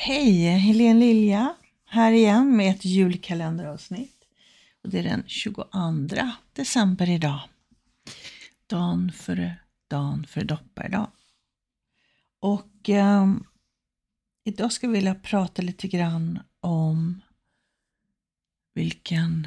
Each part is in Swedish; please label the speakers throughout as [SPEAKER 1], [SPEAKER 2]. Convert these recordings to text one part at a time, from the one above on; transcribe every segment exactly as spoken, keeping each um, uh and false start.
[SPEAKER 1] Hej, Helene Lilja här igen med ett julkalenderavsnitt. Och det är den tjugoandra december idag. Dagen före dagen för dopparedag. Och eh, idag ska vi vilja prata lite grann om vilken,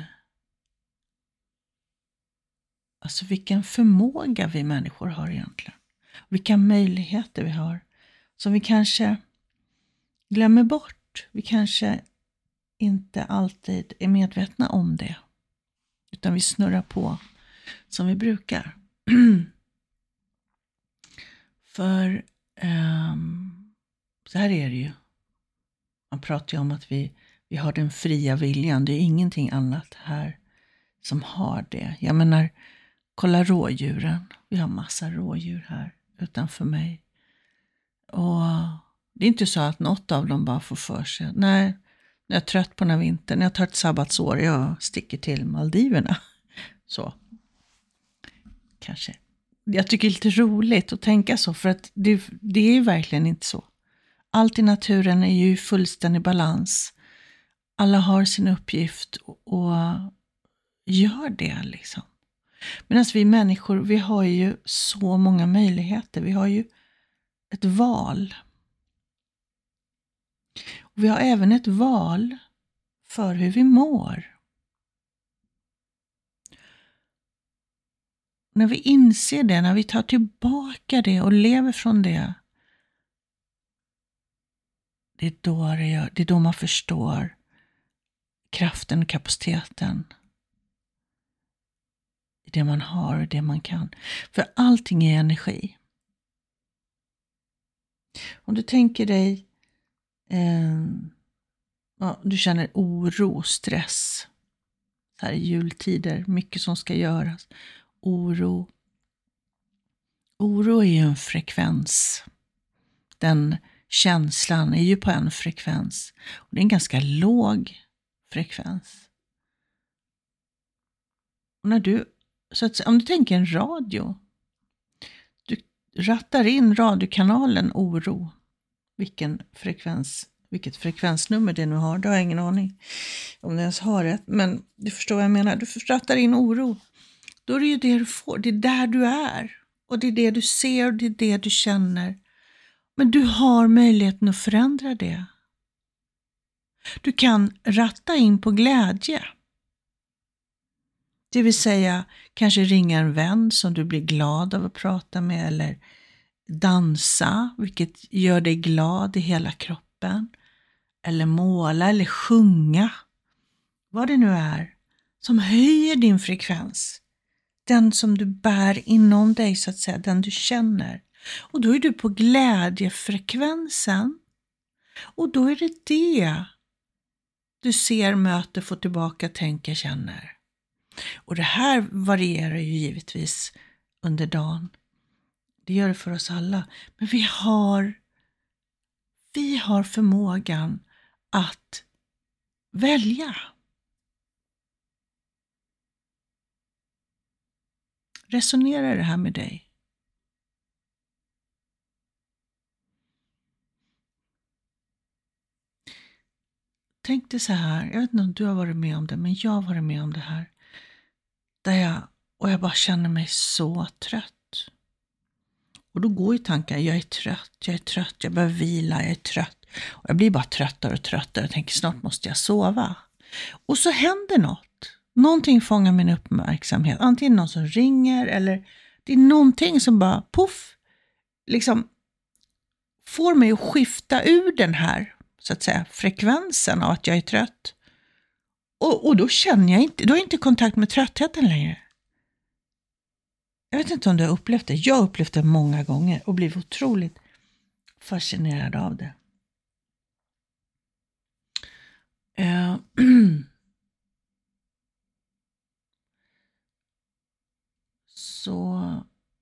[SPEAKER 1] alltså vilken förmåga vi människor har egentligen. Vilka möjligheter vi har som vi kanske glömmer bort. Vi kanske inte alltid är medvetna om det. Utan vi snurrar på som vi brukar. För um, så här är det ju. Man pratar ju om att vi, vi har den fria viljan. Det är ingenting annat här som har det. Jag menar, kolla rådjuren. Vi har massa rådjur här utanför mig. Och det är inte så att något av dem bara får för sig. Nej, jag är trött på den här vintern. Jag tar ett sabbatsår. Jag sticker till Maldiverna. Så. Kanske. Jag tycker det är lite roligt att tänka så. För att det, det är ju verkligen inte så. Allt i naturen är ju i fullständig balans. Alla har sin uppgift och, och gör det liksom. Medan vi människor, vi har ju så många möjligheter. Vi har ju ett val. Och vi har även ett val för hur vi mår. När vi inser det, när vi tar tillbaka det och lever från det, det är då, det gör, det är då man förstår kraften och kapaciteten i det man har och det man kan. För allting är energi. Om du tänker dig, eh, ja, du känner oro, stress, så här i jultider, mycket som ska göras. Oro. Oro är ju en frekvens. Den känslan är ju på en frekvens. Och det är en ganska låg frekvens. Och när du, så att, om du tänker en radio. Du rattar in radiokanalen oro. Vilken frekvens, vilket frekvensnummer det nu har. Det har jag ingen aning om det ens har rätt. Men du förstår vad jag menar. Du rattar in oro. Då är det ju det du får. Det är där du är. Och det är det du ser och det är det du känner. Men du har möjligheten att förändra det. Du kan ratta in på glädje. Det vill säga kanske ringa en vän som du blir glad av att prata med. Eller dansa, vilket gör dig glad i hela kroppen. Eller måla eller sjunga. Vad det nu är som höjer din frekvens. Den som du bär inom dig så att säga, den du känner. Och då är du på glädjefrekvensen. Och då är det det du ser, möter, får tillbaka, tänker, känner. Och det här varierar ju givetvis under dagen. Det gör det för oss alla. Men vi har, vi har förmågan att välja. Resonera det här med dig. Tänk dig så här, jag vet inte om du har varit med om det, men jag har varit med om det här. Där jag, och jag bara känner mig så trött. Och då går ju tanken, jag är trött, jag är trött, jag behöver vila, jag är trött. Och jag blir bara tröttare och tröttare och tänker snart måste jag sova. Och så händer något. Någonting fångar min uppmärksamhet. Antingen någon som ringer eller det är någonting som bara puff. Liksom får mig att skifta ur den här så att säga frekvensen av att jag är trött. Och, och då känner jag inte, då har jag inte kontakt med tröttheten längre. Jag vet inte om du har upplevt det. Jag har upplevt det många gånger och blivit otroligt fascinerad av det. Uh, så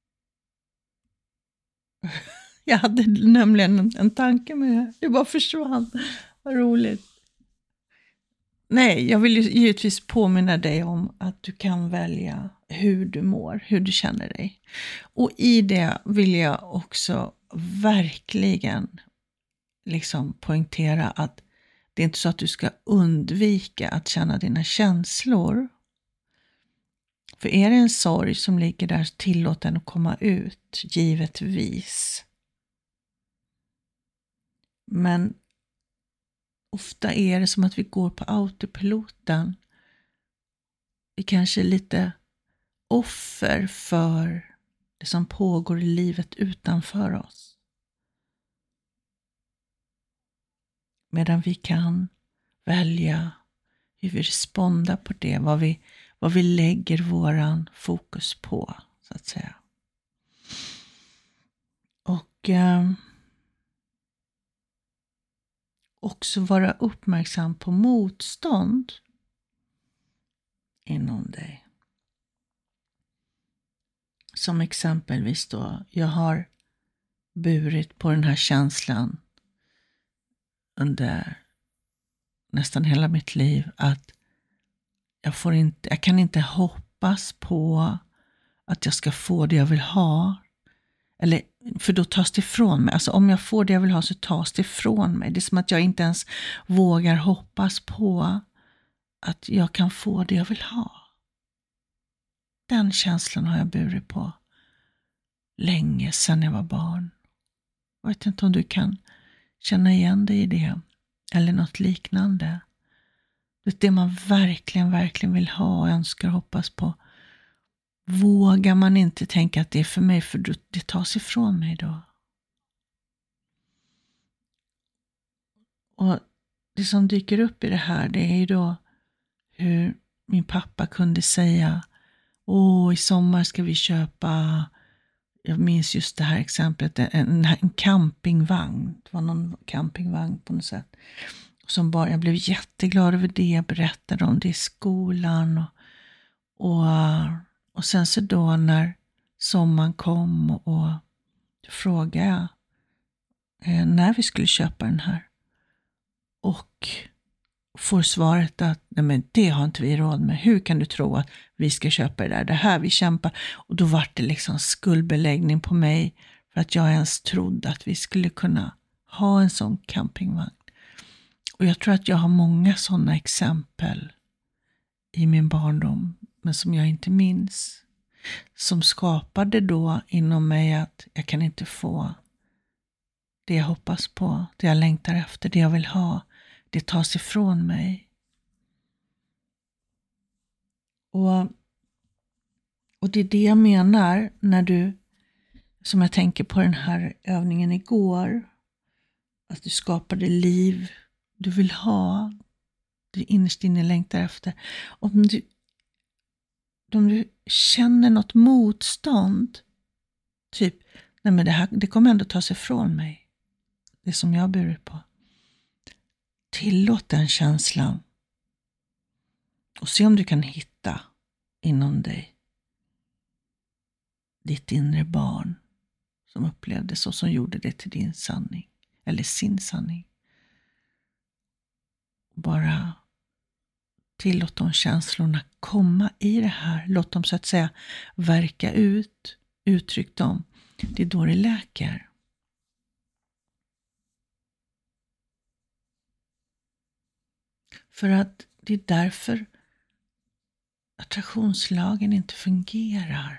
[SPEAKER 1] jag hade nämligen en, en tanke med det. Det bara försvann. Vad roligt. Nej, jag vill ju givetvis påminna dig om att du kan välja hur du mår, hur du känner dig. Och i det vill jag också verkligen liksom poängtera att det är inte så att du ska undvika att känna dina känslor. För är det en sorg som ligger där, tillåt den att komma ut, givetvis. Men ofta är det som att vi går på autopiloten. Vi kanske är lite offer för det som pågår i livet utanför oss. Medan vi kan välja hur vi respondar på det, vad vi, vad vi lägger våran fokus på, så att säga. Och eh, också vara uppmärksam på motstånd inom dig. Som exempelvis då, jag har burit på den här känslan under nästan hela mitt liv att jag, får inte, jag kan inte hoppas på att jag ska få det jag vill ha. Eller, för då tas det ifrån mig. Alltså om jag får det jag vill ha så tas det ifrån mig. Det är som att jag inte ens vågar hoppas på att jag kan få det jag vill ha. Den känslan har jag burit på länge sedan jag var barn. Jag vet inte om du kan känna igen dig i det. Eller något liknande. Det är det man verkligen, verkligen vill ha och önskar och hoppas på. Vågar man inte tänka att det är för mig, för det tas ifrån mig då. Och det som dyker upp i det här, det är ju då hur min pappa kunde säga: åh, i sommar ska vi köpa, jag minns just det här exemplet, en, en campingvagn. Det var någon campingvagn på något sätt. Som bara, jag blev jätteglad över det, jag berättade om det i skolan. Och, och, och sen så då när sommaren kom och, och frågade jag eh, när vi skulle köpa den här. Och får svaret att nej, men det har inte vi råd med. Hur kan du tro att vi ska köpa det där? Det här vi kämpar. Och då var det liksom skuldbeläggning på mig för att jag ens trodde att vi skulle kunna ha en sån campingvagn. Och jag tror att jag har många sådana exempel i min barndom, men som jag inte minns. Som skapade då inom mig att jag kan inte få det jag hoppas på, det jag längtar efter, det jag vill ha. Det tas ifrån mig. Och, och det är det jag menar när du, som jag tänker på den här övningen igår, att du skapade liv du vill ha, du innerst inne längtar efter. Om du, om du känner något motstånd, typ, nej men det här, det kommer ändå ta sig ifrån mig, det som jag burit på. Tillåt den känslan och se om du kan hitta inom dig ditt inre barn som upplevde så, som gjorde det till din sanning eller sin sanning. Bara tillåt de känslorna komma i det här. Låt dem så att säga verka ut, uttryck dem. Det är då det läker. För att det är därför attraktionslagen inte fungerar.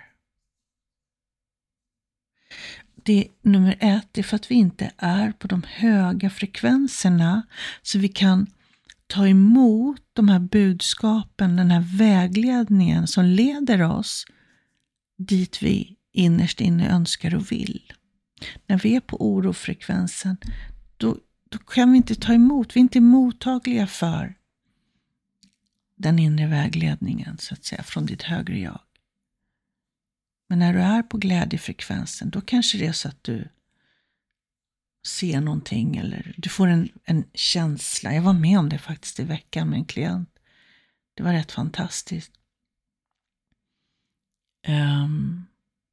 [SPEAKER 1] Det är nummer ett, det är för att vi inte är på de höga frekvenserna så vi kan ta emot de här budskapen, den här vägledningen som leder oss dit vi innerst inne önskar och vill. När vi är på orofrekvensen, då, då kan vi inte ta emot, vi är inte mottagliga för den inre vägledningen så att säga från ditt högre jag. Men när du är på glädjefrekvensen, då kanske det är så att du ser någonting eller du får en, en känsla. Jag var med om det faktiskt i veckan med en klient. Det var rätt fantastiskt. Um,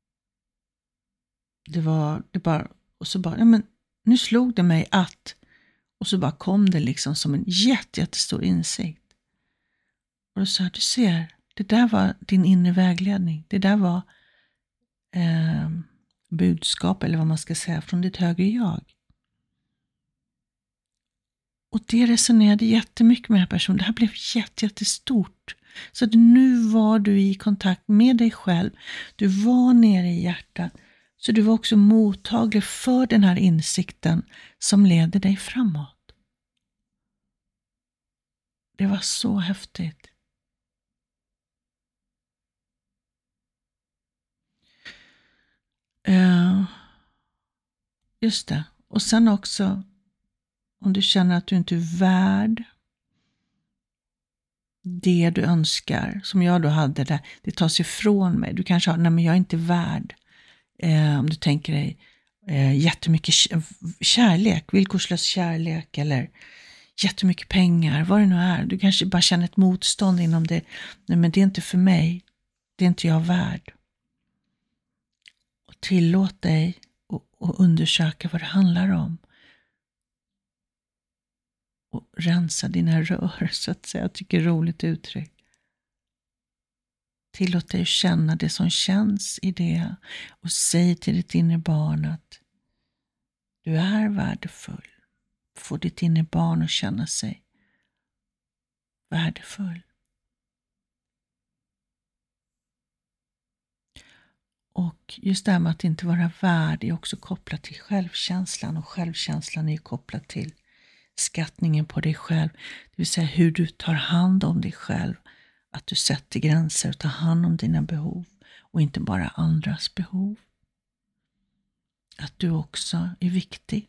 [SPEAKER 1] det var, det bara, och så bara, ja men nu slog det mig att, och så bara kom det liksom som en jätte, jättestor insikt. Och då sa jag, du ser, det där var din inre vägledning. Det där var eh, budskap eller vad man ska säga från ditt högre jag. Och det resonerade jättemycket med den här personen. Det här blev jätte, jättestort. Så att nu var du i kontakt med dig själv. Du var nere i hjärtat. Så du var också mottaglig för den här insikten som leder dig framåt. Det var så häftigt. Uh, just det. Och sen också om du känner att du inte är värd det du önskar, som jag då hade där, det tas ifrån mig. Du kanske har, nej men jag är inte värd. Eh, om du tänker dig eh, jättemycket kärlek, villkorslös kärlek eller jättemycket pengar, vad det nu är. Du kanske bara känner ett motstånd inom det. Nej men det är inte för mig. Det är inte jag värd. Och tillåt dig att undersöka vad det handlar om. Och rensa dina rör, så att säga. Jag tycker det är roligt uttryck. Tillåt dig att känna det som känns i det. Och säg till ditt inre barn att du är värdefull. Få ditt inre barn att känna sig värdefull. Och just det här med att inte vara värd är också kopplat till självkänslan. Och självkänslan är kopplat till skattningen på dig själv. Det vill säga hur du tar hand om dig själv. Att du sätter gränser och tar hand om dina behov. Och inte bara andras behov. Att du också är viktig.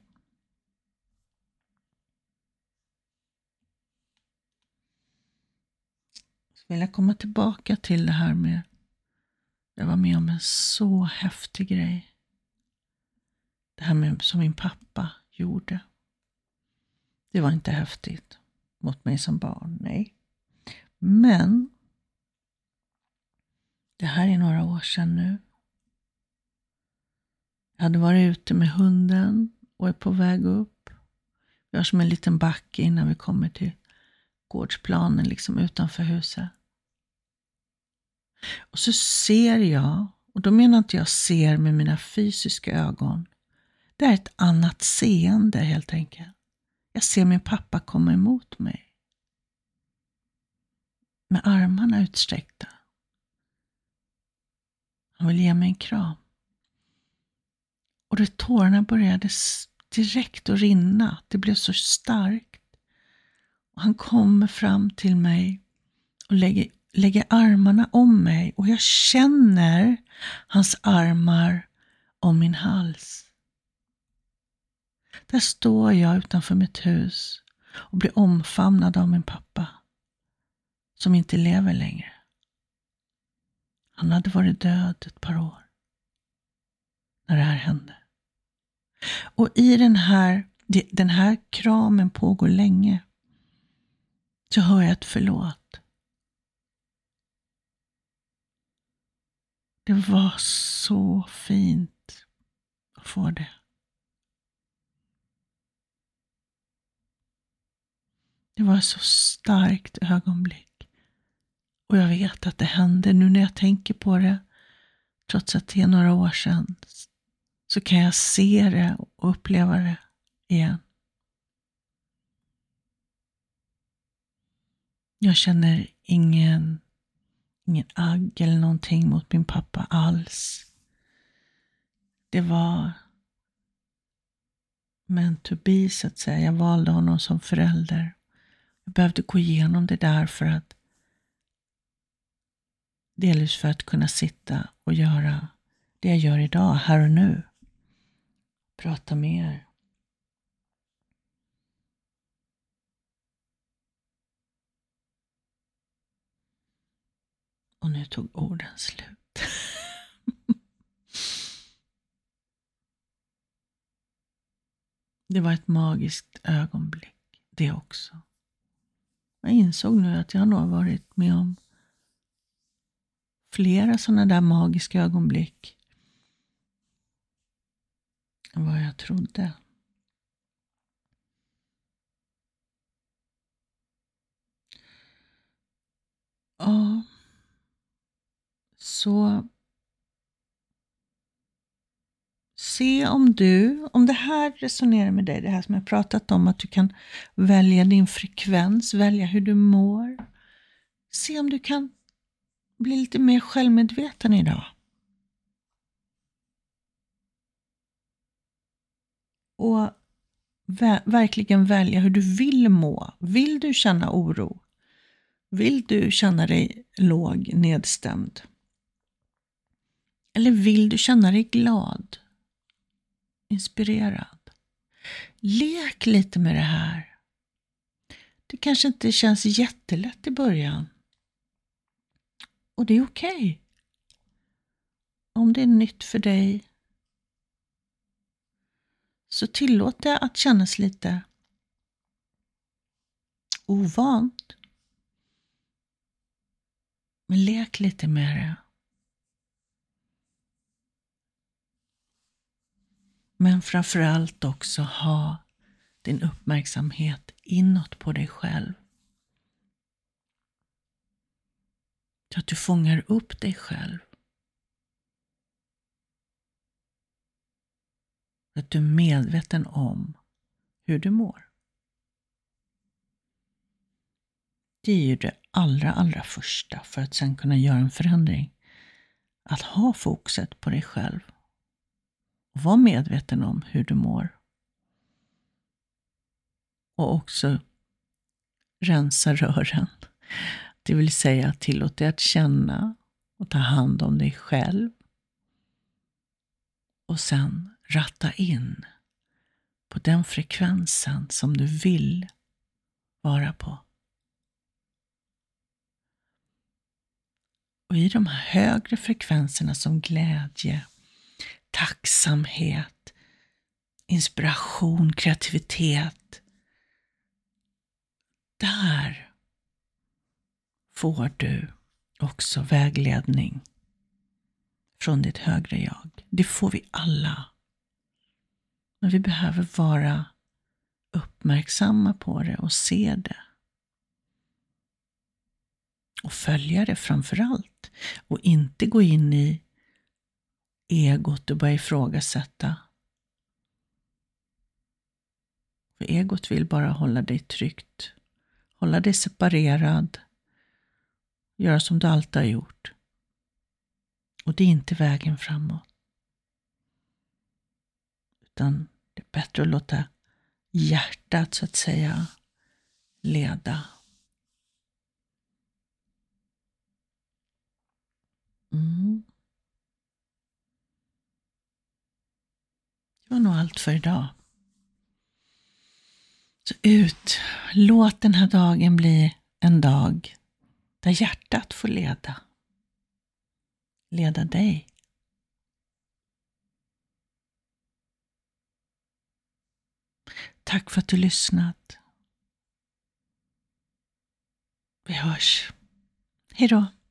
[SPEAKER 1] Så vill jag komma tillbaka till det här med. Jag var med om en så häftig grej. Det här med som min pappa gjorde. Det var inte häftigt mot mig som barn, nej. Men det här är några år sedan nu. Jag hade varit ute med hunden och är på väg upp. Vi har som en liten backe innan vi kommer till gårdsplanen liksom utanför huset. Och så ser jag, och då menar inte jag ser med mina fysiska ögon. Det är ett annat seende helt enkelt. Jag ser min pappa komma emot mig. Med armarna utsträckta. Han vill ge mig en kram. Och det tårarna började direkt att rinna. Det blev så starkt. Och han kommer fram till mig och lägger, lägger armarna om mig. Och jag känner hans armar om min hals. Där står jag utanför mitt hus och blir omfamnad av min pappa. Som inte lever längre. Han hade varit död ett par år. När det här hände. Och i den här, den här kramen pågår länge. Så hör jag ett förlåt. Det var så fint att få det. Det var ett så starkt ögonblick. Och jag vet att det hände nu när jag tänker på det. Trots att det är några år sedan. Så kan jag se det och uppleva det igen. Jag känner ingen, ingen agg eller någonting mot min pappa alls. Det var meant to be, så att säga. Jag valde honom som förälder. Jag behövde gå igenom det där för att delvis för att kunna sitta och göra det jag gör idag, här och nu. Prata med er. Och nu tog orden slut. Det var ett magiskt ögonblick, det också. Jag insåg nu att jag nog har varit med om flera sådana där magiska ögonblick än vad jag trodde. Ja, så se om du, om det här resonerar med dig, det här som jag pratat om, att du kan välja din frekvens, välja hur du mår. Se om du kan bli lite mer självmedveten idag. Och vä- verkligen välja hur du vill må. Vill du känna oro? Vill du känna dig låg, nedstämd? Eller vill du känna dig glad? Inspirerad? Lek lite med det här. Det kanske inte känns jättelätt i början. Och det är okej. Om det är nytt för dig, så tillåt det att kännas lite ovant. Men lek lite med det. Men framförallt också ha din uppmärksamhet inåt på dig själv. Så att du fångar upp dig själv. Så att du är medveten om hur du mår. Det är ju det allra, allra första för att sedan kunna göra en förändring. Att ha fokuset på dig själv. Och vara medveten om hur du mår. Och också rensa rören. Det vill säga tillåt dig att känna och ta hand om dig själv. Och sen ratta in på den frekvensen som du vill vara på. Och i de här högre frekvenserna som glädje, tacksamhet, inspiration, kreativitet. Där får du också vägledning från ditt högre jag. Det får vi alla. Men vi behöver vara uppmärksamma på det och se det. Och följa det framför allt. Och inte gå in i egot och börja ifrågasätta. För egot vill bara hålla dig tryggt. Hålla dig separerad. Göra som du alltid har gjort. Och det är inte vägen framåt. Utan det är bättre att låta hjärtat så att säga leda. Mm. Det var nog allt för idag. Så ut, låt den här dagen bli en dag där hjärtat får leda. Leda dig. Tack för att du lyssnat. Vi hörs. Hej då.